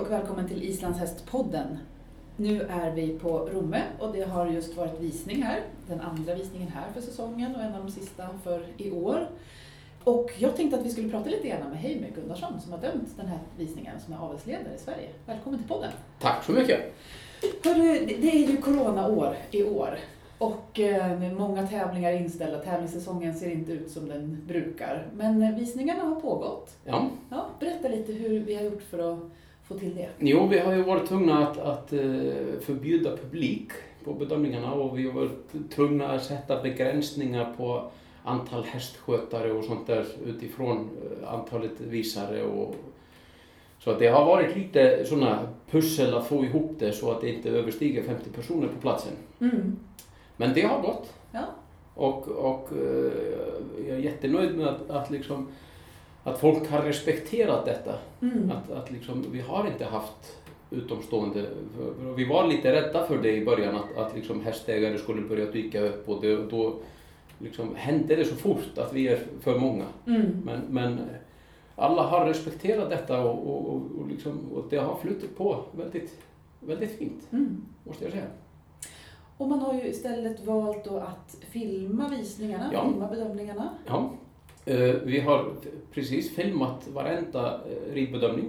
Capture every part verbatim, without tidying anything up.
och välkommen till Islandshästpodden. Nu är vi på Romme och det har just varit visning här. Den andra visningen här för säsongen och en av de sista för i år. Och jag tänkte att vi skulle prata lite grann med Heimir Gunnarsson som har dömt den här visningen som är avelsledare i Sverige. Välkommen till podden. Tack så mycket. Hörru, det är ju coronaår i år. Och eh, många tävlingar är inställda. Tävlingssäsongen ser inte ut som den brukar. Men eh, visningarna har pågått. Ja. Ja, berätta lite hur vi har gjort för att få till det. Jo, vi har ju varit tvungna att, att förbjuda publik på bedömningarna och vi har varit tvungna att sätta begränsningar på antal hästskötare och sånt där utifrån antalet visare. Och så att det har varit lite sådana pussel att få ihop det så att det inte överstiger femtio personer på platsen. Mm. Men det har gått. Ja. Och, och jag är jättenöjd med att, att, liksom, att folk har respekterat detta. Mm. Att, att liksom, vi har inte haft utomstående. För vi var lite rädda för det i början att, att liksom hästägare skulle börja dyka upp och det, då liksom hände det så fort att vi är för många. Mm. Men, men alla har respekterat detta och, och, och, och, liksom, och det har flutit på väldigt, väldigt fint, Mm. måste jag säga. Och man har ju istället valt då att filma visningarna, Ja. filma bedömningarna. Ja, eh, vi har precis filmat varenda eh, ridbedömning.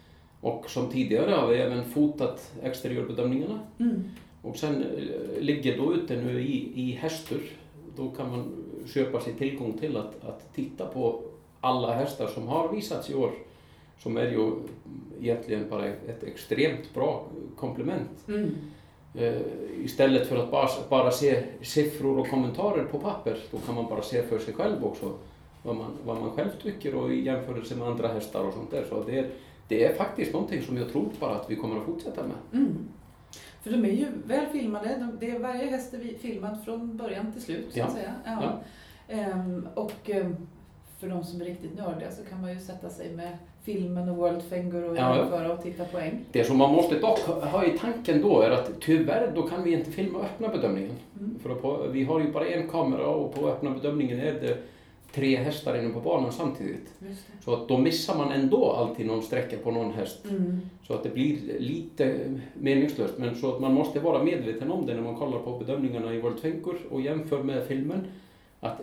Och som tidigare har vi även fotat exteriörbedömningarna. Mm. Och sen eh, ligger då ute nu i, i hästur. Då kan man köpa sig tillgång till att, att titta på alla hästar som har visats i år. Som är ju egentligen bara ett extremt bra komplement. Mm. Uh, istället för att bara, bara se siffror och kommentarer på papper, då kan man bara se för sig själv också vad man, vad man själv tycker och i jämförelse med andra hästar och sånt där. Så det är, det är faktiskt någonting som jag tror bara att vi kommer att fortsätta med. Mm. För de är ju väl filmade, de, det är varje häst är filmad från början till slut så Ja. att säga. Ja. Ja. Ehm, och um, för de som är riktigt nördiga så kan man ju sätta sig med filmen och World Finger och Ja, ja. jämföra och titta poäng. Det som man måste dock ha i tanken då är att tyvärr då kan vi inte filma öppna bedömningen. Mm. För på, vi har ju bara en kamera och på öppna bedömningen är det tre hästar inne på banan samtidigt. Just det. Så att då missar man ändå alltid någon sträcka på någon häst. Mm. Så att det blir lite meningslöst. Men så att man måste vara medveten om det när man kollar på bedömningarna i World Finger och jämför med filmen. Att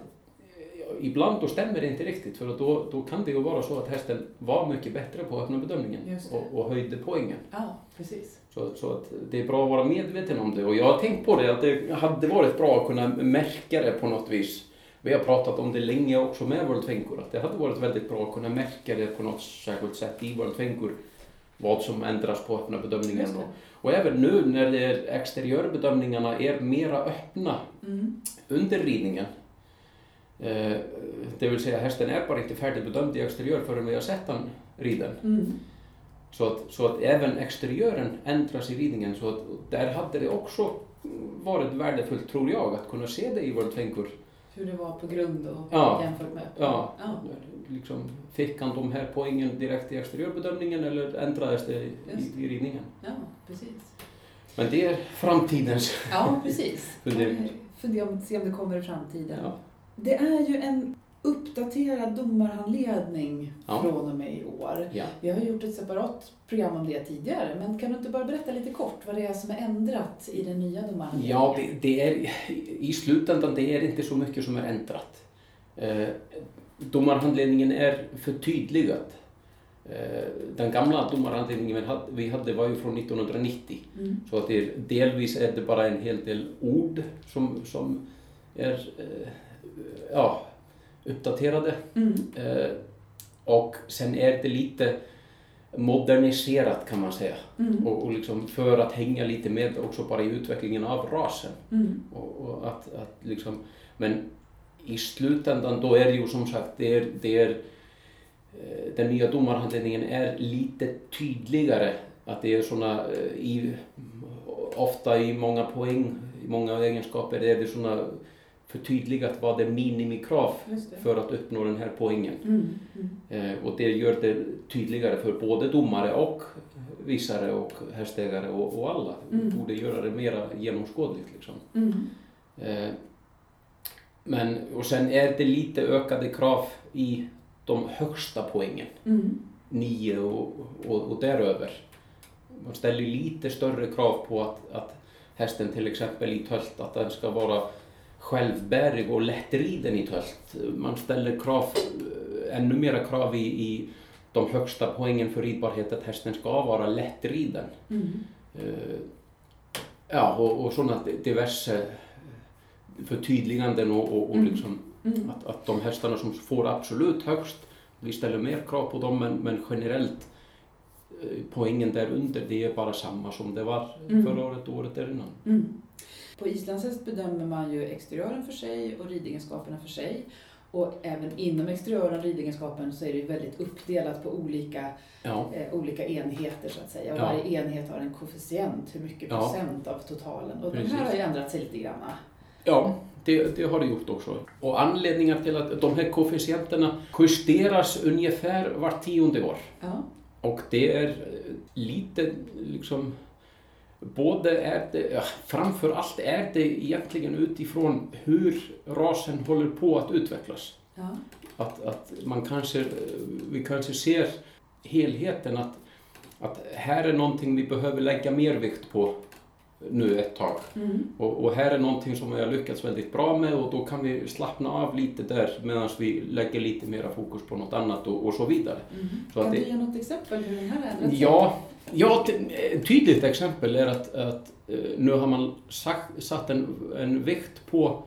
ibland då stämmer det inte riktigt. För att då, då kan det ju vara så att hästen var mycket bättre på öppna bedömningen och, och höjde poängen. Ja, precis. Så, så att det är bra att vara medveten om det. Och jag har tänkt på det att det hade varit bra att kunna märka det på något vis. Vi har pratat om det länge också med World Finger. Att det hade varit väldigt bra att kunna märka det på något särskilt sätt i World Finger. Vad som ändras på öppna bedömningen. Och, och även nu när det är exteriörbedömningarna är mera öppna Mm. under ridningen. Eh, det vill säga hästen är bara inte färdigbedömd i exteriör förrän vi har sett den riden. Mm. Så att, så att även exteriören ändras i ridningen. Så att där hade det också varit värdefullt, tror jag, att kunna se det i World Finger. Hur det var på grund och Ja. jämfört med. Ja, Ja. liksom, fick han de här poängen direkt i exteriörbedömningen eller ändrades det i, Just. i, i ridningen? Ja, precis. Men det är framtidens. Ja, precis. Fundering. Fundera om, se om det kommer i framtiden. Ja. Det är ju en uppdaterad domarhandledning Ja. från och med i år. Ja. Vi har gjort ett separat program om det tidigare, men kan du inte bara berätta lite kort vad det är som är ändrat i den nya domarhandledningen? Ja, det, det är, i slutändan det är inte så mycket som är ändrat. Eh, domarhandledningen är förtydligad. Eh, den gamla domarhandledningen vi hade, vi hade var ju från nittonhundranittio. Mm. Så att det, delvis är det bara en hel del ord som, som är eh, ja, uppdaterade. Mm. Eh, och sen är det lite moderniserat kan man säga. Mm. Och, och liksom för att hänga lite med också bara i utvecklingen av rasen. Mm. Och, och att, att liksom, men i slutändan då är det ju som sagt, det är, det är, eh, den nya domarhandledningen är lite tydligare. Att det är såna, eh, i, ofta i många poäng, i många egenskaper är det såna förtydligat vad det är minimikrav Just det. för att uppnå den här poängen. Mm. Mm. Eh, och det gör det tydligare för både domare och visare och hästägare och, och alla. Mm. Borde göra det mer genomskådligt liksom. Mm. Eh, men, och sen är det lite ökade krav i de högsta poängen. Mm. Nio och, och, och däröver. man ställer lite större krav på att, att hästen till exempel i tölt, att den ska vara självbärig och lättriden i tölt. Man ställer krav, ännu mera krav i, i de högsta poängen för ridbarhet, att hästen ska vara lättriden. Mm. Uh, ja, och, och sådana diverse förtydliganden och, och, och mm. liksom mm. Att, att de hästarna som får absolut högst, vi ställer mer krav på dem, men, men generellt poängen där under, det är bara samma som det var mm. förra året och året därinnan. Mm. På islandshäst bedömer man ju exteriören för sig och ridegenskaperna för sig. Och även inom exteriören och ridegenskapen så är det ju väldigt uppdelat på olika, ja. eh, olika enheter så att säga. Och ja. varje enhet har en koefficient, hur mycket procent ja. av totalen. Och Precis. de här har ju ändrat sig lite grann. Ja, det, det har det gjort också. Och anledningar till att de här koefficienterna justeras ungefär var tionde år. Ja. Och det är lite liksom, både är det, ja, framför allt är det egentligen utifrån hur rasen håller på att utvecklas. Ja. Att, att man kanske, vi kanske ser helheten, att, att här är någonting vi behöver lägga mer vikt på nu ett tag. Mm. Och, och här är någonting som vi har lyckats väldigt bra med, och då kan vi slappna av lite där medan vi lägger lite mera fokus på något annat och, och så vidare. Mm. Så kan att du det, ge något exempel hur den här ändrat sig? Ja, ja, ett tydligt exempel är att, att nu har man sagt, satt en, en vikt på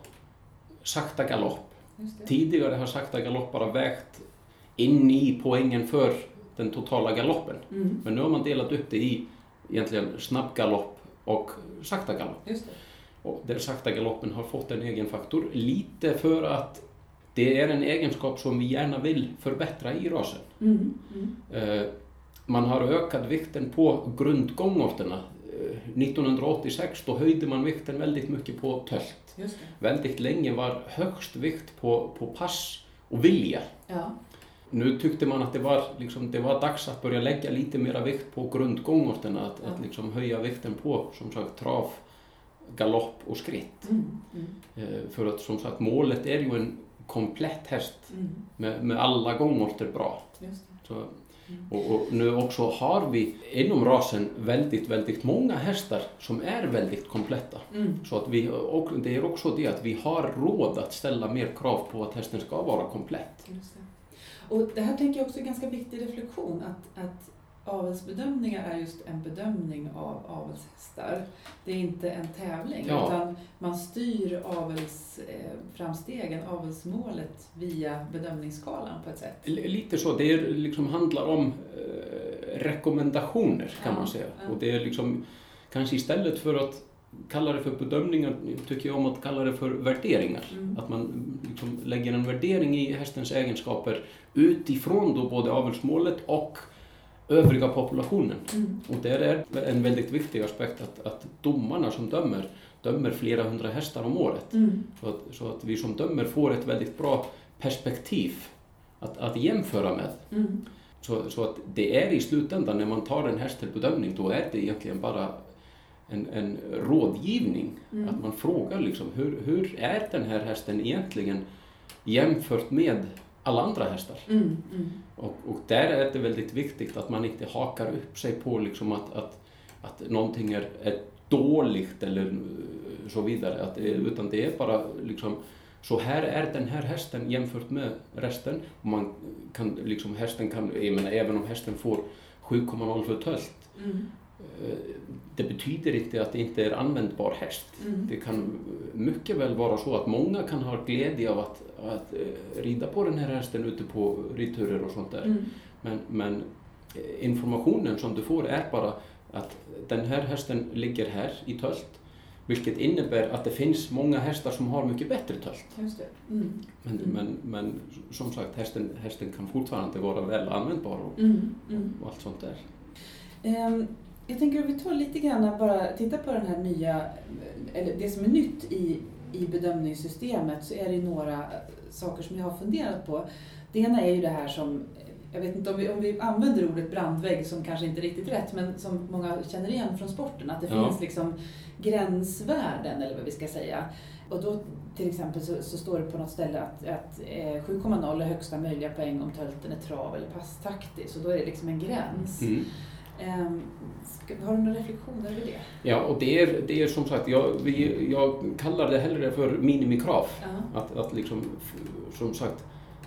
sakta galopp. Tidigare har sakta galopp bara vägt in i poängen för den totala galoppen. Mm. Men nu har man delat upp det i egentligen snabb galopp och sakta galopp. Just det. Och där sakta galoppen har fått en egen faktor, lite för att det är en egenskap som vi gärna vill förbättra i rasen. Mm. Mm. Eh, man har ökat vikten på grundgångorterna. Eh, nittonhundraåttiosex då höjde man vikten väldigt mycket på tölt. Just det. Väldigt länge var högst vikt på, på pass och vilja. Ja. Nu tyckte man att det var, liksom, det var dags att börja lägga lite mera vikt på grundgångorterna, att, ja. att liksom höja vikten på, som sagt, trav, galopp och skritt. Mm. Mm. Eh, för att som sagt, målet är ju en komplett häst mm. med, med alla gångorter bra. Just det. Så, mm. och, och nu också har vi inom rasen väldigt, väldigt många hästar som är väldigt kompletta. Mm. Så att vi, och det är också det att vi har råd att ställa mer krav på att hästen ska vara komplett. Just det. Och det här tänker jag också är en ganska viktig reflektion, att, att avelsbedömningar är just en bedömning av avelshästar. Det är inte en tävling, ja. utan man styr avelsframstegen, eh, avelsmålet via bedömningsskalan på ett sätt. Lite så, det är, liksom, handlar om eh, rekommendationer kan ja, man säga. Ja. Och det är liksom, kanske istället för att kalla det för bedömningar, tycker jag om att kalla det för värderingar. Mm. Att man liksom lägger en värdering i hästens egenskaper utifrån då både avelsmålet och övriga populationen. Mm. Och det är en väldigt viktig aspekt att, att domarna som dömer, dömer flera hundra hästar om året. Mm. Så, att, så att vi som dömer får ett väldigt bra perspektiv att, att jämföra med. Mm. Så, så att det är i slutändan, när man tar en häst till bedömning, då är det egentligen bara En, en rådgivning, mm. att man frågar liksom, hur, hur är den här hästen egentligen jämfört med alla andra hästar. Mm. Mm. Och, och där är det väldigt viktigt att man inte hakar upp sig på liksom att, att, att någonting är, är dåligt eller så vidare, att det, utan det är bara liksom, så här är den här hästen jämfört med resten. Och man kan, liksom, hästen kan, jag menar, även om hästen får sju komma noll för tölt, mm. det betyder inte att det inte är användbar häst. Mm. Det kan mycket väl vara så att många kan ha glädje av att, att rida på den här hästen ute på ridturer och sånt där. Mm. Men, men informationen som du får är bara att den här hästen ligger här i tölt. Vilket innebär att det finns många hästar som har mycket bättre tölt. Just det. Mm. Men, mm. men, men som sagt, hästen, hästen kan fortfarande vara väl användbar och, mm. Mm. och allt sånt där. Um. Jag tänker att vi tar lite grann bara titta på den här nya, eller det som är nytt i, i bedömningssystemet, så är det några saker som jag har funderat på. Det ena är ju det här som, jag vet inte om vi, om vi använder ordet brandvägg som kanske inte är riktigt rätt, men som många känner igen från sporten, att det ja. finns liksom gränsvärden eller vad vi ska säga. Och då till exempel så, så står det på något ställe att, att eh, sju komma noll är högsta möjliga poäng om tölten är trav eller passtaktisk, så då är det liksom en gräns. Mm. Um, ska, har du några reflektioner över det? Ja, och det är, det är som sagt, jag, vi, jag kallar det hellre för minimikrav. Uh-huh. Att, att liksom, som sagt,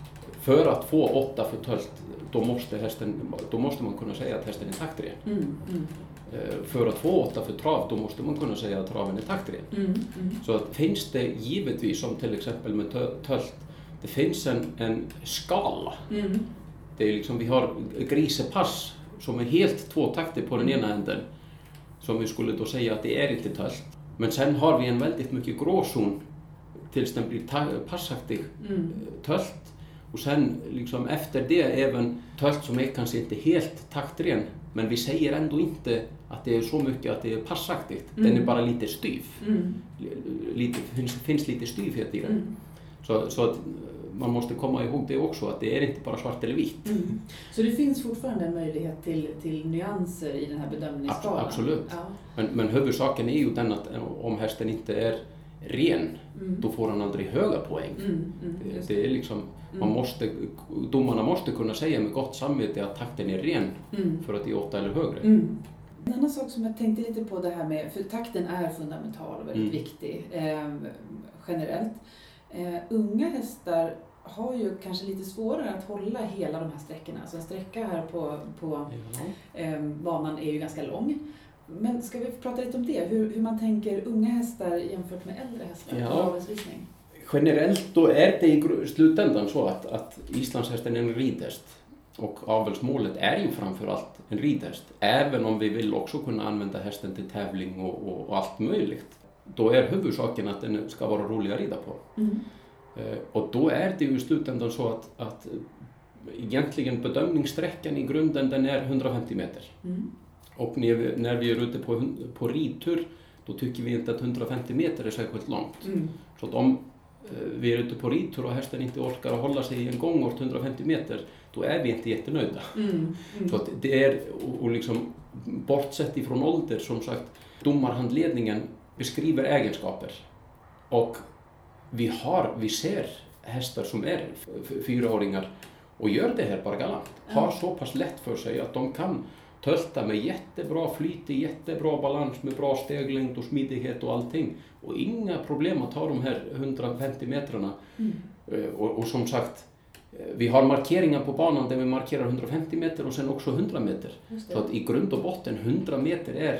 för att få åtta för tölt, då måste, hästen, då måste man kunna säga att hästen är taktren. Mm, mm. För att få åtta för trav, då måste man kunna säga att traven är taktren. Mm, mm. Så att finns det givetvis, som till exempel med tölt, det finns en, en skala. Mm. Det är liksom, vi har grisepass som är helt tvåtaktig på den ena änden, som vi skulle då säga att det är inte tölt. Men sen har vi en väldigt mycket gråzon tills den blir ta- passaktig mm. tölt. Och sen liksom efter det även tölt som är kanske inte helt taktren, men vi säger ändå inte att det är så mycket att det är passaktigt. Mm. Den är bara lite styv. Mm. Lite, finns, finns lite styvhet i den. Mm. Så, så att man måste komma ihåg det också, att det är inte bara svart eller vitt. Mm. Så det finns fortfarande en möjlighet till, till nyanser i den här bedömningsskalan? Absolut. Ja. Men, men huvudsaken är ju den att om hästen inte är ren, mm. då får han aldrig höga poäng. Mm. Mm. Det, det är liksom, mm. man måste, domarna måste kunna säga med gott samvete att takten är ren mm. för att det är åtta eller högre. Mm. En annan sak som jag tänkte lite på det här med, för takten är fundamental och väldigt mm. viktig eh, generellt. Eh, unga hästar har ju kanske lite svårare att hålla hela de här sträckorna. Så en sträcka här på, på eh, banan är ju ganska lång. Men ska vi prata lite om det? Hur, hur man tänker unga hästar jämfört med äldre hästar ja. på avelsvisning? Generellt då är det i slutändan så att, att islandshästen är en ridhäst. Och avelsmålet är ju framförallt en ridhäst. Även om vi vill också kunna använda hästen till tävling och, och, och allt möjligt. Då är huvudsaken att den ska vara rolig att rida på. Mm. Eh, och då är det ju i slutändan så att, att egentligen bedömningssträckan i grunden den är hundrafemtio meter. Mm. Och när vi, när vi är ute på, på ridtur, då tycker vi inte att hundrafemtio meter är särskilt långt. Mm. Så att om eh, vi är ute på ridtur och hästen inte orkar hålla sig i en gångort hundrafemtio meter, då är vi inte jättenöjda. Mm. Mm. Så att det är, och, och liksom bortsett ifrån ålder, som sagt, domarhandledningen beskriver egenskaper. Och vi har, vi ser hästar som är fyraåringar och gör det här bara galant. Mm. Har så pass lätt för sig att de kan tölta med jättebra flyt, jättebra balans, med bra steglängd och smidighet och allting. Och inga problem att ta de här hundrafemtio metrarna. Mm. Och, och som sagt, vi har markeringar på banan där vi markerar hundrafemtio meter och sen också hundra meter. Så att i grund och botten hundra meter är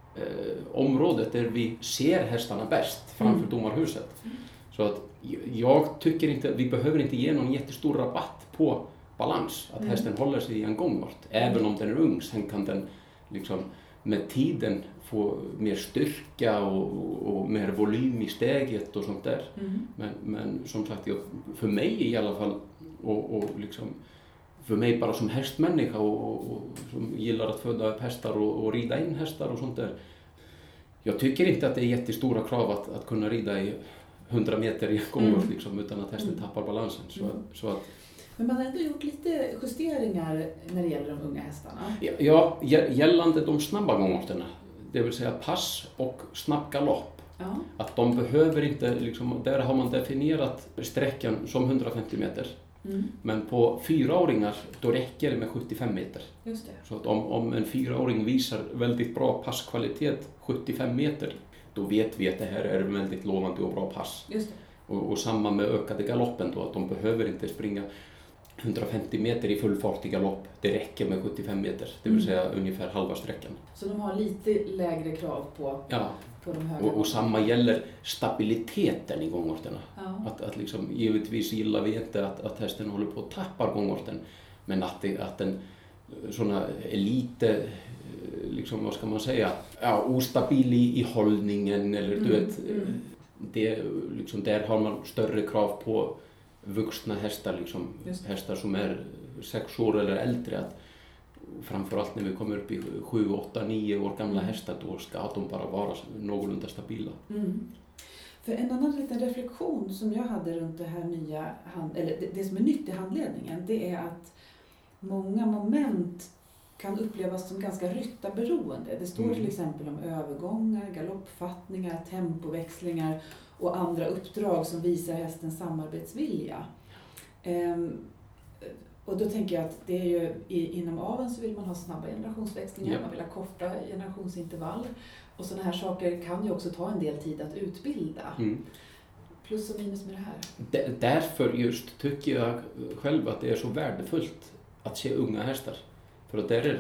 eh, området där vi ser hästarna bäst framför mm. domarhuset. Mm. Så att jag tycker inte att vi behöver inte ge någon jättestor rabatt på balans. Att mm. hästen håller sig i en gångart. Även om den är ung, sen kan den liksom med tiden få mer styrka och, och, och mer volym i steget och sånt där. Mm. Men, men som sagt, jag, för mig i alla fall, och, och liksom, för mig bara som hästmänniska och, och, och som gillar att föda upp hästar och, och rida in hästar och sånt där. Jag tycker inte att det är jättestora krav att, att kunna rida i hundra meter i gångart mm. liksom, utan att hästen mm. tappar balansen. Så, mm. så att, men man har ändå gjort lite justeringar när det gäller de unga hästarna. Ja, gällande de snabba gångarterna, det vill säga pass och snabb galopp. Ja. Att de behöver inte, liksom, där har man definierat sträckan som hundrafemtio meter. Mm. Men på fyraåringar, då räcker det med sjuttiofem meter. Just det. Så att om, om en fyraåring visar väldigt bra passkvalitet, sjuttiofem meter, då vet vi att det här är väldigt lovande och bra pass. Just det. Och, och samma med ökade galoppen då, att de behöver inte springa hundrafemtio meter i full fart i galopp. Det räcker med sjuttiofem meter, det vill säga mm. ungefär halva sträckan. Så de har lite lägre krav på, ja. på de höga. Och, och samma gäller stabiliteten i gångorterna. Ja. Att, att liksom, givetvis gillar vi inte att, att hästen håller på att tappa gångorten, men att, det, att den såna är lite, liksom, vad ska man säga, ja, ostabil i, i hållningen eller mm. du vet, mm. det, liksom, där har man större krav på vuxna hästar, liksom, hästar som är sex år eller äldre, att framförallt när vi kommer upp i sju, åtta, nio år gamla hästar, då ska de bara vara någorlunda stabila. Mm. För en annan liten reflektion som jag hade runt det här nya, hand, eller det, det som är nytt i handledningen, det är att många moment kan upplevas som ganska ryttarberoende. Det står mm. till exempel om övergångar, galoppfattningar, tempoväxlingar och andra uppdrag som visar hästens samarbetsvilja. Um, Och då tänker jag att det är ju i, inom aveln så vill man ha snabba generationsväxlingar, Ja. man vill ha korta generationsintervall. Och sådana här saker kan ju också ta en del tid att utbilda. Mm. Plus och minus med det här. D- därför just tycker jag själv att det är så värdefullt att se unga hästar. För att där är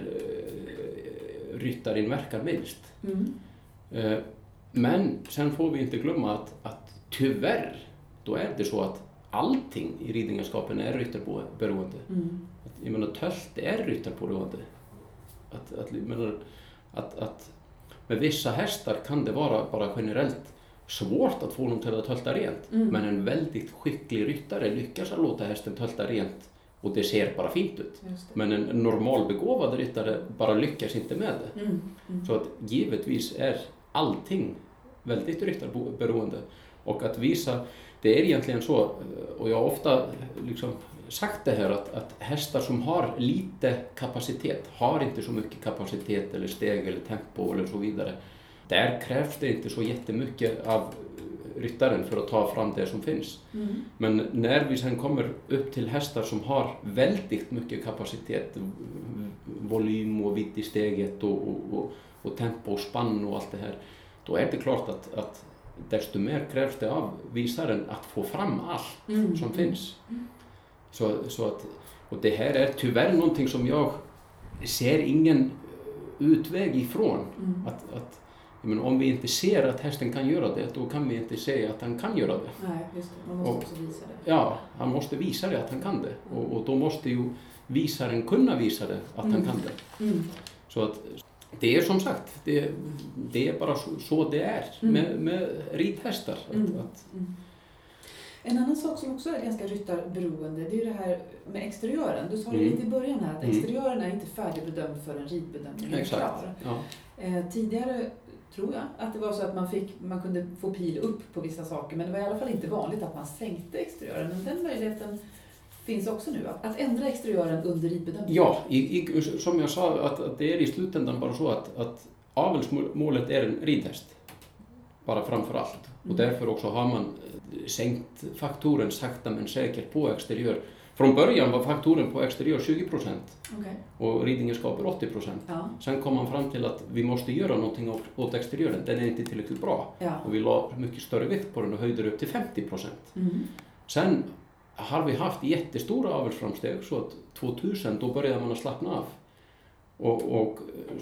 eh, ryttarinverkan minst. Mm. Eh, men sen får vi inte glömma att, att tyvärr då är det så att allting i ridingenskapen är ryttarberoende. Mm. Att, jag menar, tölt är ryttarberoende. Att, att, jag menar, att, att med vissa hästar kan det vara bara generellt svårt att få dem till att tölta rent. Mm. Men en väldigt skicklig ryttare lyckas att låta hästen tölta rent och det ser bara fint ut. Just det. Men en normalbegåvad ryttare bara lyckas inte med det. Mm. Mm. Så att givetvis är allting väldigt ryttarberoende. Och att visa, det är egentligen så, och jag har ofta liksom sagt det här, att, att hästar som har lite kapacitet, har inte så mycket kapacitet eller steg eller tempo eller så vidare. Där krävs det inte så jättemycket av ryttaren för att ta fram det som finns. Mm. Men när vi sen kommer upp till hästar som har väldigt mycket kapacitet, volym och vitt i steget och, och, och, och tempo och spann och allt det här, då är det klart att, att desto mer krävs det av visaren att få fram allt Mm. som finns. Mm. Så, så att, och det här är tyvärr någonting som jag ser ingen utväg ifrån. Mm. Att, att, men om vi inte ser att hästen kan göra det, då kan vi inte säga att han kan göra det. Nej, just det. Man måste Och- också visa det. Ja, han måste visa det att han kan det. Och, och då måste ju visaren kunna visa det att Mm. han kan det. Mm. Så att det är som sagt, det, det är bara så, så det är Mm. med, med ridhästar. Att, Mm. att, Mm. En annan sak som också är ganska ryttarberoende, det är ju det här med exteriören. Du sa det Mm. lite i början här, att Mm. exteriören är inte färdigbedömd förrän ridbedömningen är exakt. klar. Ja. Eh, tidigare tror jag att det var så att man, fick, man kunde få pil upp på vissa saker, men det var i alla fall inte vanligt att man sänkte exteriören. Men den möjligheten finns också nu, att, att ändra exteriören under ridbedömningen. Ja, i, i, som jag sa, att, att det är i slutändan bara så att, att avelsmålet är en ridhäst. Bara framför allt. Mm. Och därför också har man sänkt faktoren sakta men säkert på exteriör. Från början var faktoren på exteriör tjugo procent Okej. och ridingenskap är åttio procent. Ja. Sen kom man fram till att vi måste göra någonting åt- åt exteriören. Den är inte tillräckligt bra. Ja. Och vi la mycket större vikt på den och höjde det upp till femtio procent. Mm. Sen har vi haft jättestora avelsframsteg så att tvåtusen då började man att slappna av. Och, och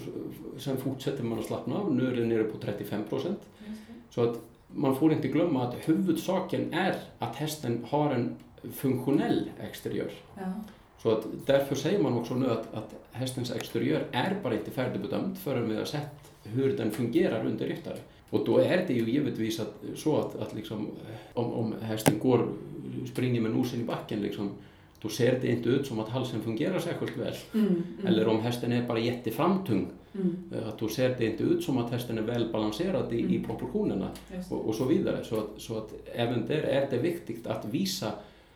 sen fortsätter man att slappna av. Nu är det nere på trettiofem procent. Just det. Så att man får inte glömma att huvudsaken är att hästen har en funktionell exteriör. Ja. Så att därför säger man också nu att, att hästens exteriör är bara inte färdigbedömd förrän vi har sett hur den fungerar under ryttare. Och då är det ju givetvis att, så att, att liksom, om, om hästen går, springer med nosen i backen, liksom, då ser det inte ut som att halsen fungerar särskilt väl. Mm. Mm. Eller om hästen är bara jätteframtung, Mm. att då ser det inte ut som att hästen är väl balanserad i, i Mm. proportionerna. Just det. Och, och så vidare. Så att, så att även där är det viktigt att visa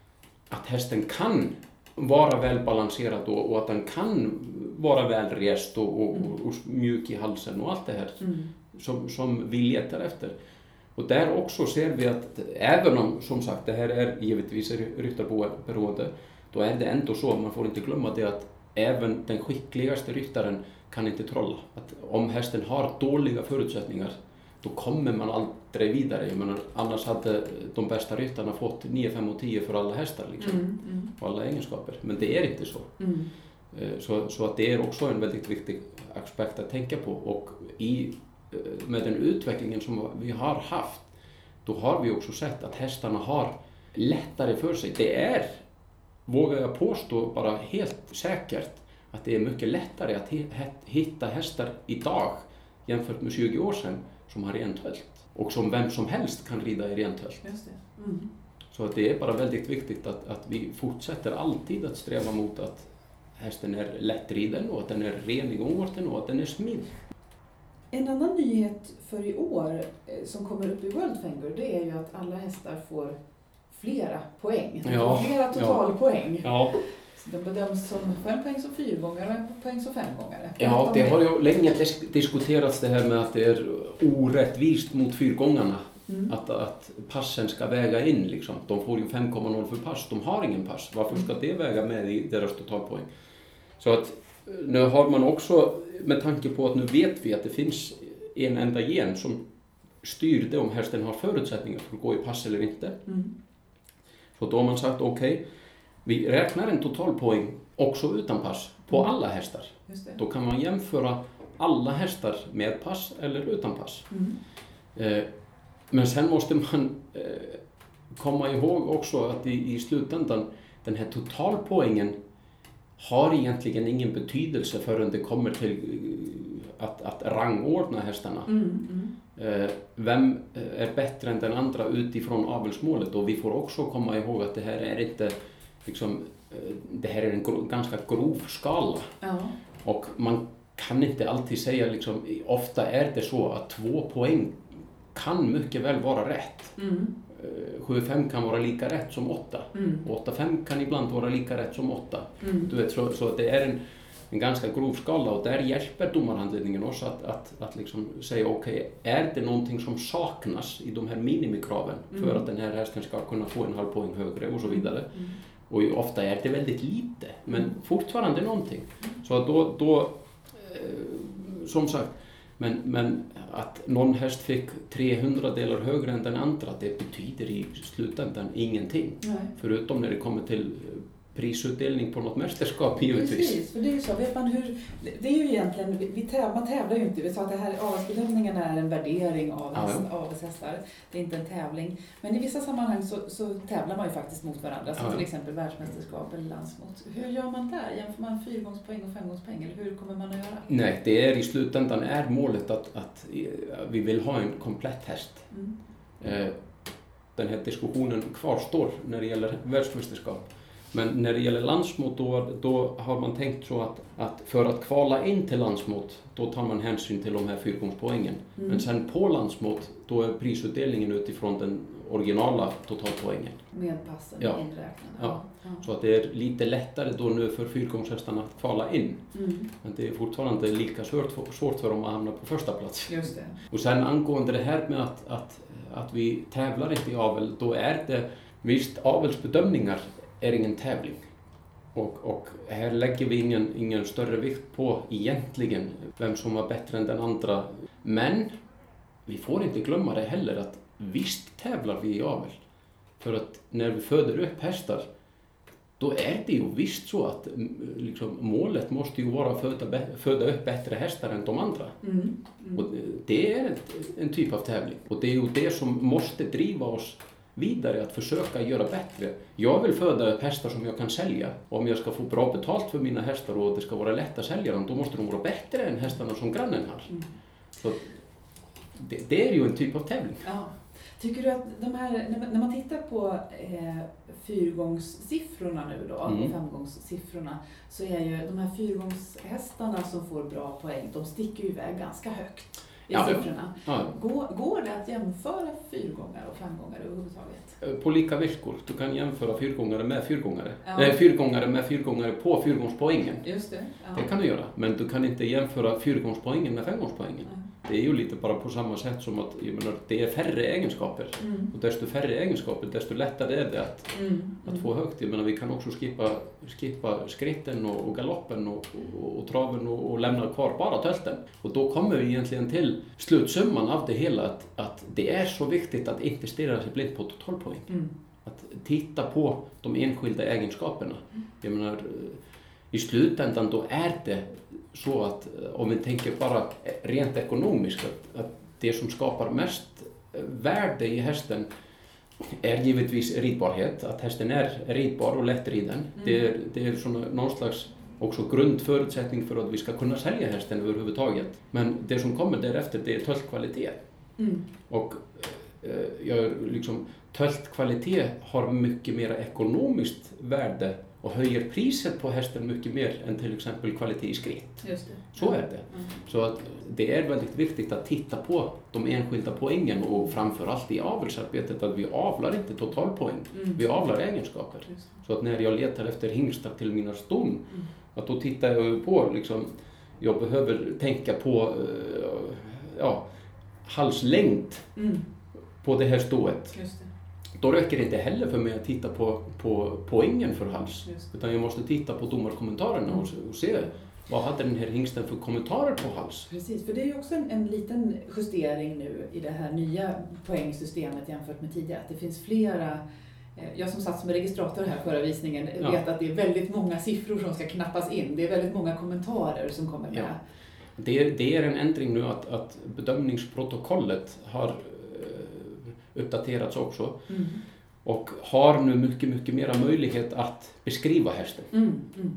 att hästen kan vara välbalanserad och, och att den kan vara välrest och, och, och, och mjuk i halsen och allt det här Mm. som, som vi letar efter. Och där också ser vi att även om, som sagt, det här är givetvis ryttarberoende, då är det ändå så, man får inte glömma det, att även den skickligaste ryttaren kan inte trolla. Att om hästen har dåliga förutsättningar, då kommer man aldrig vidare. Jag menar, annars hade de bästa ryttarna fått nio, fem och tio för alla hästar, liksom, Mm. Mm. och alla egenskaper. Men det är inte så. Mm. Eh, Så, så att det är också en väldigt viktig aspekt att tänka på. Och i, eh, med den utvecklingen som vi har haft, då har vi också sett att hästarna har lättare för sig. Det är, vågar jag påstå bara helt säkert, att det är mycket lättare att hi- he- hitta hästar idag jämfört med tjugo år sedan som har rentölt. Och som vem som helst kan rida i rentölt. Just det. Mm. Så att det är bara väldigt viktigt att, att vi fortsätter alltid att sträva mot att hästen är lättriden och att den är ren i gångarten och att den är smidig. En annan nyhet för i år eh, som kommer upp i World Fengur, det är ju att alla hästar får flera poäng. De Ja, får flera totalpoäng. Ja, Så de bedöms som en poäng som fyrgångare och en poäng som femgångare. ja Berätta det om har ju länge dis- diskuterats det här med att det är orättvist mot fyrgångarna. Mm. Att, att passen ska väga in liksom. De får ju fem komma noll för pass, de har ingen pass. Varför ska det väga med i deras totalpoäng? Så att nu har man också, med tanke på att nu vet vi att det finns en enda gen som styr det om hästen har förutsättningar för att gå i pass eller inte. Mm. Så då har man sagt okej, okay, vi räknar en totalpoäng också utan pass på Mm. alla hästar. Just det. Då kan man jämföra alla hästar med pass eller utan pass. Mm. Eh, men sen måste man eh, komma ihåg också att i, i slutändan den här totalpoängen har egentligen ingen betydelse förrän det kommer till uh, att, att rangordna hästarna. Mm. Mm. Uh, vem är bättre än den andra utifrån avelsmålet? Och vi får också komma ihåg att det här är inte liksom, uh, det här är en gro- ganska grov skala. Ja. Och man kan inte alltid säga, liksom, ofta är det så att två poäng kan mycket väl vara rätt. Mm. sju fem kan vara lika rätt som åtta. Mm. åtta fem kan ibland vara lika rätt som åtta. Mm. Du vet, så, så det är en, en ganska grov skala och där hjälper domarhandledningen oss att, att, att liksom säga okej, okay, är det någonting som saknas i de här minimikraven Mm. för att den här hästen ska kunna få en halv poäng högre och så vidare. Mm. Och ofta är det väldigt lite, men fortfarande någonting. Så att då, då eh, som sagt, men, men att någon häst fick trehundra delar högre än den andra, det betyder i slutändan ingenting. Nej. Förutom när det kommer till prisutdelning på något mästerskap givetvis. Precis, för det är ju så. Vet man hur, det är ju egentligen, vi täv, man tävlar ju inte. Vi sa att det här avelsbedömningarna är en värdering av Ja, ja. avelshästar. Det är inte en tävling. Men i vissa sammanhang så, så tävlar man ju faktiskt mot varandra. Som Ja, ja. till exempel världsmästerskap eller landsmått. Hur gör man där? Jämför man fyrgångspoäng och femgångspoäng? Eller hur kommer man att göra? Nej, det är i slutändan är målet att, att vi vill ha en komplett häst. Mm. Eh, Den här diskussionen kvarstår när det gäller världsmästerskap. Men när det gäller landsmått då, då har man tänkt så att, att för att kvala in till landsmått då tar man hänsyn till de här fyrgångspoängen. Mm. Men sen på landsmått då är prisutdelningen utifrån den originala totalpoängen. Med passen Ja. inräknade. Ja. Ja. Så att det är lite lättare då nu för fyrgångshästarna att kvala in. Mm. Men det är fortfarande lika svårt för, svårt för dem att hamna på första plats. Just det. Och sen angående det här med att, att, att vi tävlar inte i avel, då är det visst avelsbedömningar är ingen tävling. Och, och här lägger vi ingen, ingen större vikt på egentligen vem som var bättre än den andra. Men vi får inte glömma det heller att visst tävlar vi i avel. För att när vi föder upp hästar då är det ju visst så att liksom, målet måste ju vara att föda, föda upp bättre hästar än de andra. Mm. Mm. Och det är en, en typ av tävling. Och det är ju det som måste driva oss vidare att försöka göra bättre. Jag vill föda upp hästar som jag kan sälja. Om jag ska få bra betalt för mina hästar och det ska vara lätt att sälja dem, då måste de vara bättre än hästarna som grannen har. Mm. Så det, det är ju en typ av tävling. Ja. Tycker du att de här, när man tittar på eh, fyrgångssiffrorna nu då, Mm. och femgångssiffrorna, så är ju de här fyrgångshästarna som får bra poäng, de sticker ju iväg ganska högt i Ja, ja. siffrorna. Ja. Går, går det att jämföra fyrgångare och femgångare överhuvudtaget? På lika villkor. Du kan jämföra fyrgångare med fyrgångare. Ja. Nej, fyrgångare med fyrgångare på fyrgångspoängen. Just det. Ja. Det kan du göra. Men du kan inte jämföra fyrgångspoängen med femgångspoängen. Ja. Det är ju lite bara på samma sätt som att jag menar, det är färre egenskaper. Mm. Och desto färre egenskaper, desto lättare är det att, Mm. att få högt. Jag menar, vi kan också skippa, skippa skritten och, och galoppen och, och, och traven och, och lämna kvar bara tölten. Och då kommer vi egentligen till slutsumman av det hela att, att det är så viktigt att inte stirra sig blind på totalpoäng. Mm. Att titta på de enskilda egenskaperna. Jag menar, i slutändan då är det så att om vi tänker bara rent ekonomiskt att, att det som skapar mest värde i hästen är givetvis ridbarhet, att hästen är ridbar och lättriden. Mm. Det är, det är såna, någon slags också grundförutsättning för att vi ska kunna sälja hästen överhuvudtaget. Men det som kommer därefter, det är töltkvalitet. Mm. Och eh, jag liksom töltkvalitet har mycket mer ekonomiskt värde och höjer priset på hästen mycket mer än till exempel kvalitet i skritt. Just det. Så är det. Mm. Så att det är väldigt viktigt att titta på de enskilda poängen och framförallt i avelsarbetet att vi avlar inte totalpoäng, Mm. vi avlar egenskaper. Just det. Så att när jag letar efter hingstar till mina ston, Mm. att då tittar jag ju på liksom, jag behöver tänka på uh, ja, halslängd. Mm. på det här stået. Just det. Då räcker det inte heller för mig att titta på, på poängen för hals. Utan jag måste titta på domarkommentarerna och, och se vad hade den här hingsten för kommentarer på hals. Precis, för det är ju också en, en liten justering nu i det här nya poängsystemet jämfört med tidigare. Att det finns flera, jag som satt som registrator här förra visningen ja. vet att det är väldigt många siffror som ska knappas in. Det är väldigt många kommentarer som kommer med. Ja. Det, det är en ändring nu att, att bedömningsprotokollet har uppdaterats också mm. och har nu mycket, mycket mera möjlighet att beskriva hästen. Mm. Mm.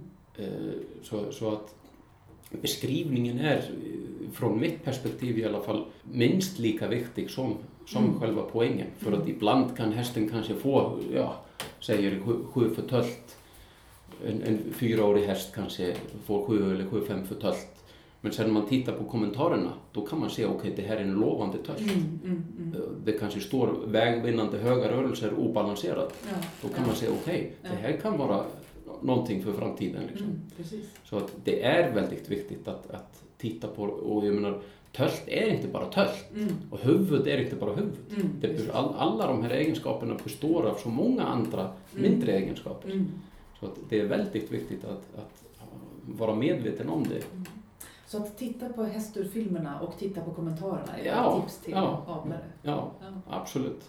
Så, så att beskrivningen är från mitt perspektiv i alla fall minst lika viktig som, som mm. själva poängen. För att ibland kan hästen kanske få, ja, säger sju, sju för tölt. En, en fyraårig häst kanske får sju eller sju fem för tölt. Men sen när man tittar på kommentarerna, då kan man se, okej, okay, det här är en lovande tölt. Mm, mm, mm. Det kanske står vägvinnande höga rörelser obalanserat. Ja, då kan ja. man se, okej, okay, ja. det här kan vara någonting för framtiden. Liksom. Mm, precis. Så att det är väldigt viktigt att, att titta på, och jag menar, tölt är inte bara tölt. Mm. Och huvud är inte bara huvud. Mm, det, all, alla de här egenskaperna består av så många andra mm. mindre egenskaper. Mm. Så att det är väldigt viktigt att, att vara medveten om det. Mm. Så att titta på hästurfilmerna och titta på kommentarerna är ja, tips till ja, avlare. Ja, ja, absolut.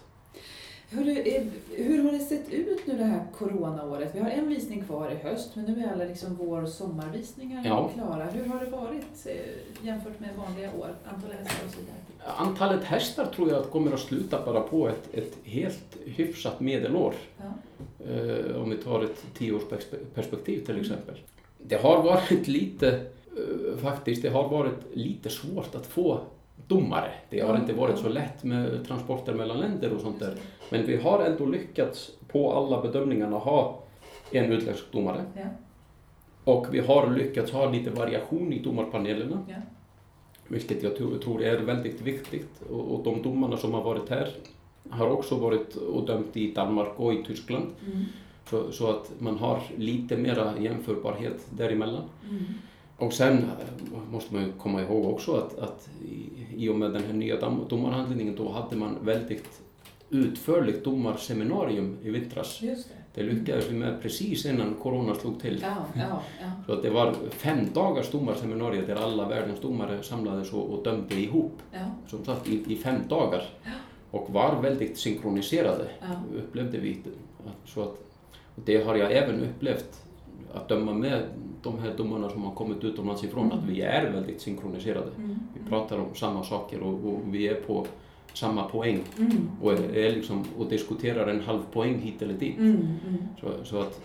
Hur, hur har det sett ut nu det här coronaåret? Vi har en visning kvar i höst, men nu är alla liksom vår- och sommarvisningar ja. klara. Hur har det varit jämfört med vanliga år? Antalet hästar och så vidare? Antalet hästar tror jag att kommer att sluta bara på ett, ett helt hyfsat medelår. Ja. Uh, om vi tar ett tioårsperspektiv till exempel. Det har varit lite... Faktiskt, det har varit lite svårt att få domare. Det har inte varit så lätt med transporter mellan länder och sånt där. Men vi har ändå lyckats på alla bedömningarna ha en utländsk domare. Ja. Och vi har lyckats ha lite variation i domarpanelerna. Ja. Vilket jag tror är väldigt viktigt. Och de domarna som har varit här har också varit och dömt i Danmark och i Tyskland. Mm. Så, så att man har lite mera jämförbarhet däremellan. Mm. Och sen måste man komma ihåg också att, att i, i och med den här nya domarhandledningen då hade man väldigt utförligt domarseminarium i vintras. Just det. Det lyckades vi med precis innan corona slog till. Ja, ja, ja. Så att det var fem dagars domarseminarium där alla världens domare samlades och, och dömde ihop. Ja. Som sagt i, i fem dagar. Ja. Och var väldigt synkroniserade, ja. upplevde vi. Så att, och det har jag även upplevt att döma med de här domarna som har kommit utomlands ifrån, mm. att vi är väldigt synkroniserade. Mm. Vi pratar om samma saker och, och vi är på samma poäng mm. och, är liksom, och diskuterar en halv poäng hit eller dit. Mm. Mm. Så, så att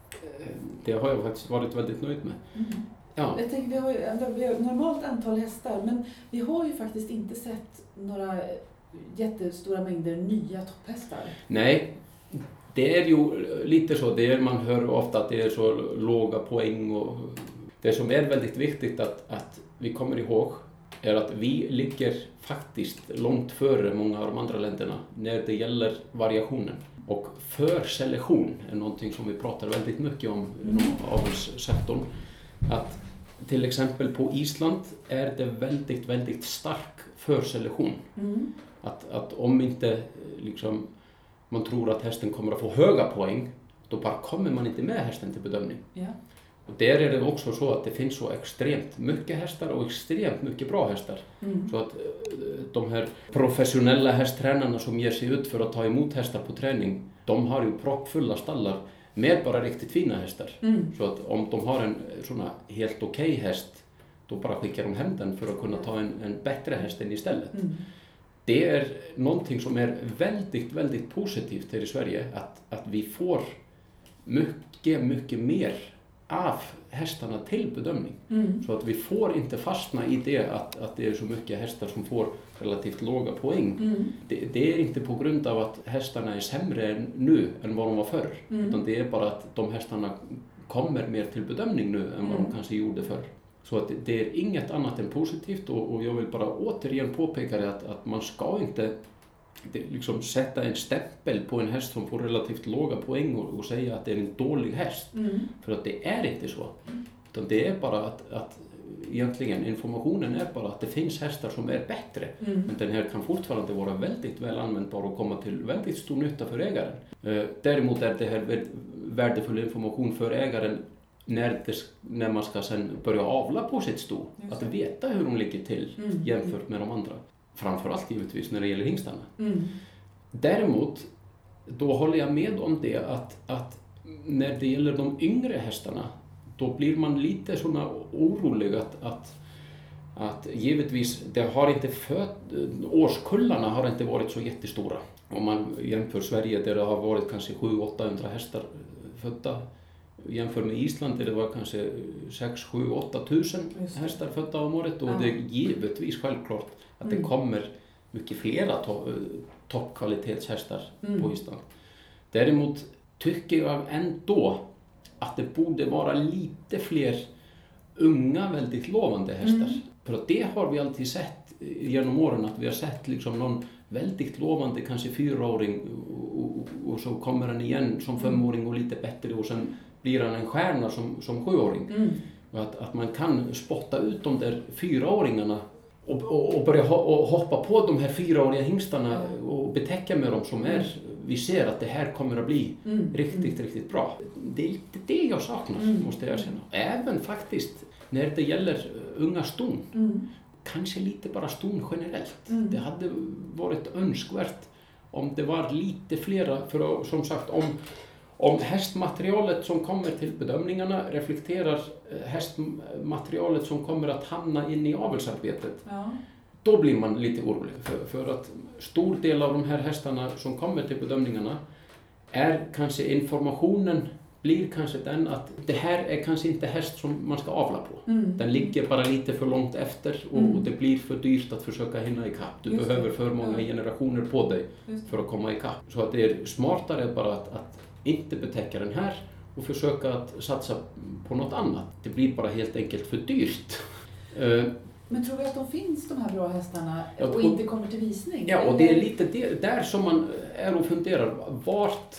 det har jag faktiskt varit väldigt nöjd med. Mm. Ja. Jag tänker, vi har ju vi har normalt antal hästar, men vi har ju faktiskt inte sett några jättestora mängder nya topphästar. Nej. Det är ju lite så, det är, man hör ofta att det är så låga poäng och det som är väldigt viktigt att, att vi kommer ihåg är att vi ligger faktiskt långt före många av de andra länderna när det gäller variationen. Och förselektion är någonting som vi pratar väldigt mycket om inom avelssektorn. Att till exempel på Island är det väldigt, väldigt stark förselektion. Mm. Att, att om inte liksom man tror att hästen kommer att få höga poäng, då bara kommer man inte med hästen till bedömning. Ja. Och där är det också så att det finns så extremt mycket hästar och extremt mycket bra hästar. Mm. Så att de här professionella hästtränarna som ger sig ut för att ta emot hästar på träning, de har ju proppfulla stallar med bara riktigt fina hästar. Mm. Så att om de har en sån helt okej häst, då bara skickar de hem den för att kunna ta en, en bättre häst än istället. Mm. Det är någonting som är väldigt, väldigt positivt här i Sverige, att, att vi får mycket, mycket mer av hästarna till bedömning. Mm. Så att vi får inte fastna i det att, att det är så mycket hästar som får relativt låga poäng. Mm. Det, det är inte på grund av att hästarna är sämre nu än vad de var förr, mm. utan det är bara att de hästarna kommer mer till bedömning nu än vad mm. de kanske gjorde förr. Så att det är inget annat än positivt och, och jag vill bara återigen påpeka det att, att man ska inte det, liksom sätta en stämpel på en häst som får relativt låga poäng och, och säga att det är en dålig häst. Mm. För att det är inte så. Mm. Utan det är bara att, att egentligen informationen är bara att det finns hästar som är bättre. Mm. Men den här kan fortfarande vara väldigt väl användbar och komma till väldigt stor nytta för ägaren. Eh, däremot är det här värdefull information för ägaren när, det, när man ska sen börja avla på sitt sto. Att veta hur de ligger till mm. jämfört med de andra. Framförallt givetvis när det gäller hingstarna. Mm. Däremot, då håller jag med om det att, att när det gäller de yngre hästarna, då blir man lite såna orolig att, att, att givetvis, det har inte fött, årskullarna har inte varit så jättestora. Om man jämför Sverige där det har varit kanske sju till åttahundra hästar födda, jämför med Island där det var kanske sex, sju, åtta tusen hästar födda om året. Och ja. Det är givetvis självklart att mm. det kommer mycket flera to- toppkvalitetshästar mm. på Island. Däremot tycker jag ändå att det borde vara lite fler unga, väldigt lovande hästar. Mm. För att det har vi alltid sett genom åren, att vi har sett liksom någon väldigt lovande, kanske fyraåring och, och, och så kommer han igen som femåring och lite bättre och sen blir han en stjärna som, som sjuåring. Mm. Och att, att man kan spotta ut de där fyraåringarna och, och, och börja ho- och hoppa på de här fyraåriga hingstarna och betäcka med dem som är, vi ser att det här kommer att bli mm. riktigt, mm. riktigt bra. Det är lite det jag saknar, mm. måste jag erkänna. Även faktiskt när det gäller unga ston. Mm. Kanske lite bara ston generellt. Mm. Det hade varit önskvärt om det var lite flera, för som sagt om, om hästmaterialet som kommer till bedömningarna reflekterar hästmaterialet som kommer att hamna in i avelsarbetet. Ja. Då blir man lite orolig för, för att stor del av de här hästarna som kommer till bedömningarna är kanske informationen blir kanske den att det här är kanske inte häst som man ska avla på. Mm. Den ligger bara lite för långt efter och, mm. och det blir för dyrt att försöka hinna ikapp. Du Just behöver det. för många ja. generationer på dig för att komma ikapp. Så att det är smartare bara att, att inte betäcka den här och försöka att satsa på något annat. Det blir bara helt enkelt för dyrt. Men tror vi att de finns, de här bra hästarna, och, och inte kommer till visning? Ja, och det är lite det, där som man är och funderar. Vart,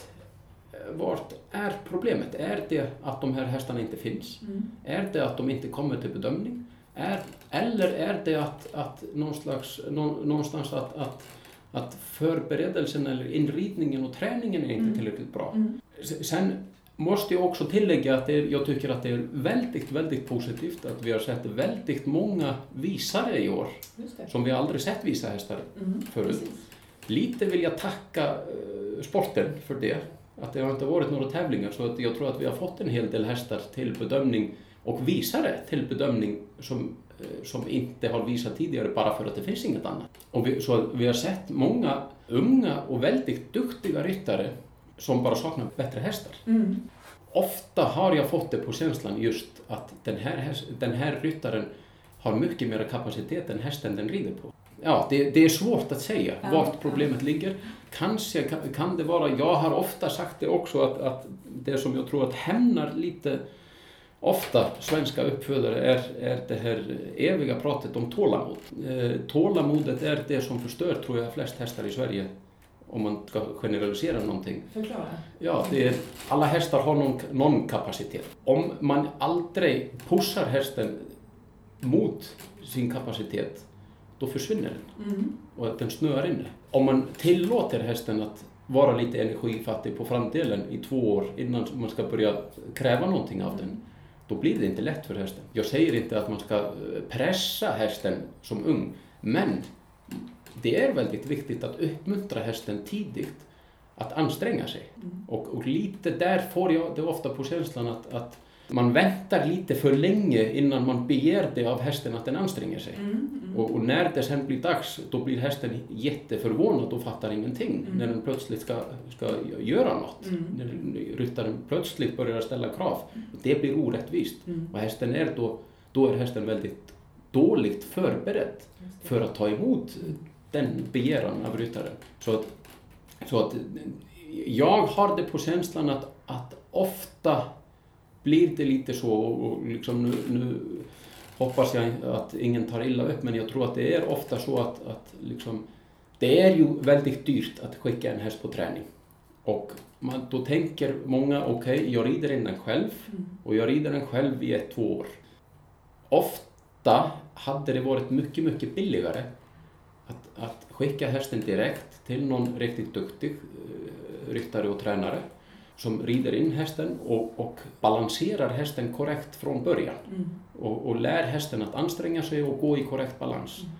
vart är problemet? Är det att de här hästarna inte finns? Mm. Är det att de inte kommer till bedömning? Är, eller är det att, att någon slags, någon, någonstans att, att, att förberedelsen eller inridningen och träningen är inte mm. tillräckligt bra? Mm. Sen måste jag också tillägga att det är, jag tycker att det är väldigt, väldigt positivt att vi har sett väldigt många visare i år. Som vi aldrig sett visa hästar mm, förut. Precis. Lite vill jag tacka uh, sporten för det. Att det har inte varit några tävlingar, så att jag tror att vi har fått en hel del hästar till bedömning och visare till bedömning som, uh, som inte har visat tidigare bara för att det finns inget annat. Och vi, så vi har sett många unga och väldigt duktiga ryttare som bara saknar bättre hästar. Mm. Ofta har jag fått det på känslan just att den här, den här ryttaren har mycket mer kapacitet än hästen den rider på. Ja, det, det är svårt att säga ja, vart problemet ja. ligger. Kanske kan, kan det vara, jag har ofta sagt det också, att, att det som jag tror att hämnar lite ofta svenska uppfödare är, är det här eviga pratet om tålamod. Eh, tålamodet är det som förstör, tror jag, flest hästar i Sverige. Om man ska generalisera någonting. Förklara. Ja, det är, alla hästar har någon, någon kapacitet. Om man aldrig pushar hästen mot sin kapacitet, då försvinner den. Mm. Och att den snöar inne. Om man tillåter hästen att vara lite energifattig på framdelen i två år innan man ska börja kräva någonting av den, då blir det inte lätt för hästen. Jag säger inte att man ska pressa hästen som ung, men det är väldigt viktigt att uppmuntra hästen tidigt att anstränga sig. Mm. Och, och lite där får jag det ofta på känslan att, att man väntar lite för länge innan man begär det av hästen att den anstränger sig. Mm. Mm. Och, och när det sen blir dags, då blir hästen jätteförvånad och fattar ingenting. Mm. När den plötsligt ska, ska göra något. Mm. När ryttaren plötsligt börjar ställa krav. Mm. Det blir orättvist. Mm. Och hästen är då, då är hästen väldigt dåligt förberedd för att ta emot den begäran av ryttaren. Så att, så att jag har det på känslan att, att ofta blir det lite så, och liksom nu, nu hoppas jag att ingen tar illa upp, men jag tror att det är ofta så att, att liksom, det är ju väldigt dyrt att skicka en häst på träning. Och man, då tänker många, okej, okay, jag rider in den själv och jag rider den själv i ett, två år. Ofta åtta hade det varit mycket, mycket billigare att, att skicka hästen direkt till någon riktigt duktig eh, ryttare och tränare som rider in hästen och, och balanserar hästen korrekt från början. Mm. Och, och lär hästen att anstränga sig och gå i korrekt balans. Mm.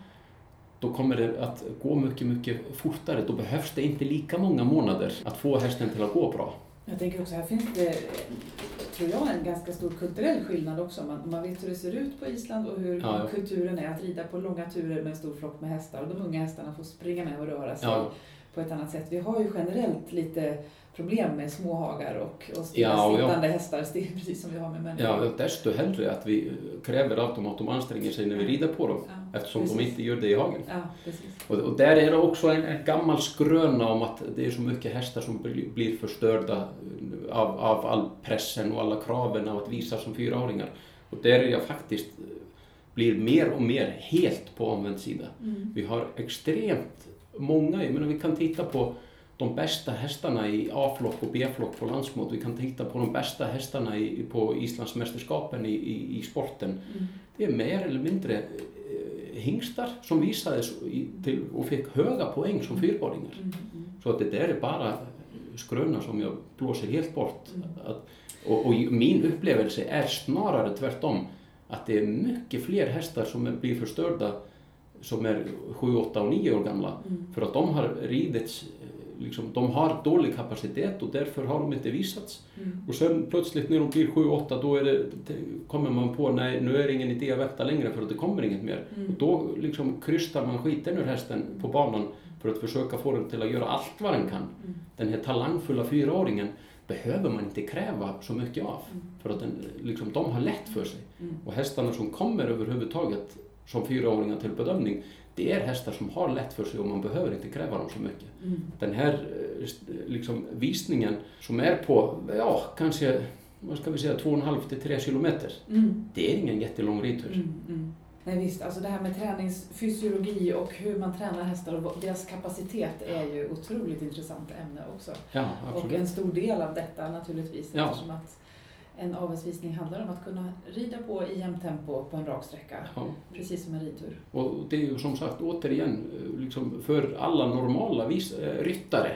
Då kommer det att gå mycket, mycket fortare. Då behövs det inte lika många månader att få hästen till att gå bra. Jag tänker också, här finns det, tror jag, en ganska stor kulturell skillnad också. Man, man vet hur det ser ut på Island och hur ja, ja. kulturen är att rida på långa turer med en stor flock med hästar. Och de unga hästarna får springa med och röra sig ja. på ett annat sätt. Vi har ju generellt lite problem med småhagar och, och stillasittande ja, ja. hästar, precis som vi har med människor. Ja, desto hellre att vi kräver av dem att de anstränger sig när vi rider på dem, ja, eftersom precis. de inte gör det i hagen. Ja, precis. Och, och där är det också en, en gammal skröna om att det är så mycket hästar som blir förstörda av, av all pressen och alla kraven av att visa som fyraåringar. Och där är jag faktiskt blir mer och mer helt på omvänd sida. Mm. Vi har extremt många, jag menar vi kan titta på de bästa hästarna i A-flock och B-flock på landsmått. Vi kan titta på de bästa hästarna i, på Islandsmästerskapen i, i, i sporten. Mm. Det är mer eller mindre eh, hingstar som visades i, till, och fick höga poäng som fyraåringar. Mm. Mm. Så att det där är bara skröna som jag blåser helt bort. Mm. Att, och, och min upplevelse är snarare tvärtom. Att det är mycket fler hästar som blir förstörda som är sju, åtta och nio år gamla. Mm. För att de har ridits, liksom, de har dålig kapacitet och därför har de inte visats. Mm. Och sen plötsligt när de blir sju, åtta då är det, kommer man på nej, nu är det ingen idé att vänta längre för att det kommer inget mer. Mm. Och då liksom krystar man skiten ur hästen på banan för att försöka få den till att göra allt vad den kan. Mm. Den här talangfulla fyraåringen behöver man inte kräva så mycket av. Mm. För att den, liksom, de har lätt för sig. Mm. Och hästarna som kommer överhuvudtaget som fyraåringar till bedömning, det är hästar som har lätt för sig och man behöver inte kräva dem så mycket. Mm. Den här liksom, visningen som är på, ja, kanske, vad ska vi säga, två och en halv till tre kilometer. Mm. Det är ingen jättelång ridtur. Mm. Mm. Nej visst, alltså det här med träningsfysiologi och hur man tränar hästar och deras kapacitet är ju otroligt intressant ämne också. Ja, absolut. Och en stor del av detta naturligtvis, ja. Eftersom att en avelsvisning handlar om att kunna rida på i jämnt tempo på en rak sträcka, ja. Precis som en ridtur. Och det är ju som sagt återigen liksom för alla normala vis- ryttare,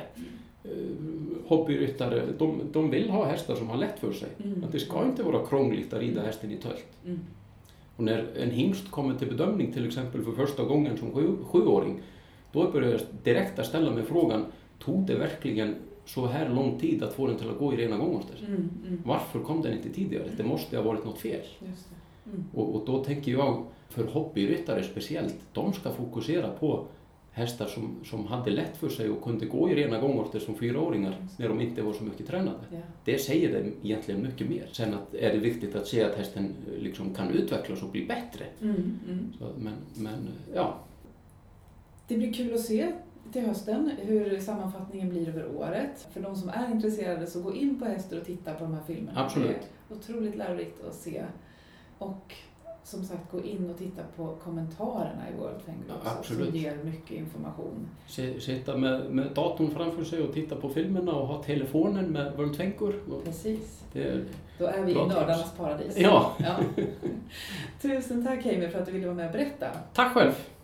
mm. hobbyryttare, de, de vill ha hästar som har lätt för sig. Mm. Att det ska inte vara krångligt att rida hästen i tölt. Mm. Och när en hingst kommer till bedömning till exempel för första gången som sju, sjuåring, då börjar jag direkt att ställa mig frågan, tog det verkligen så här lång tid att få den till att gå i rena gångorter? Mm, mm. Varför kom den inte tidigare? Det måste ha varit något fel. Just det. Mm. Och, och då tänker jag, för hobbyryttare speciellt, de ska fokusera på hästar som, som hade lätt för sig och kunde gå i rena gångorter som fyraåringar när de inte var så mycket tränade. Yeah. Det säger det egentligen mycket mer. Sen att är det viktigt att se att hästen liksom kan utvecklas och bli bättre. Mm, mm. Så, men, men ja. Det blir kul att se till hösten hur sammanfattningen blir över året. För de som är intresserade så gå in på Häster och titta på de här filmerna. Absolut. Det är otroligt lärorikt att se. Och som sagt, gå in och titta på kommentarerna i World Fenguin också, som ger mycket information. Sitta med, med datorn framför sig och titta på filmerna och ha telefonen med World Fenguin. Precis. Det är Då är vi i nördarnas paradis. Ja. Ja. Tusen tack Heimir för att du ville vara med och berätta. Tack själv.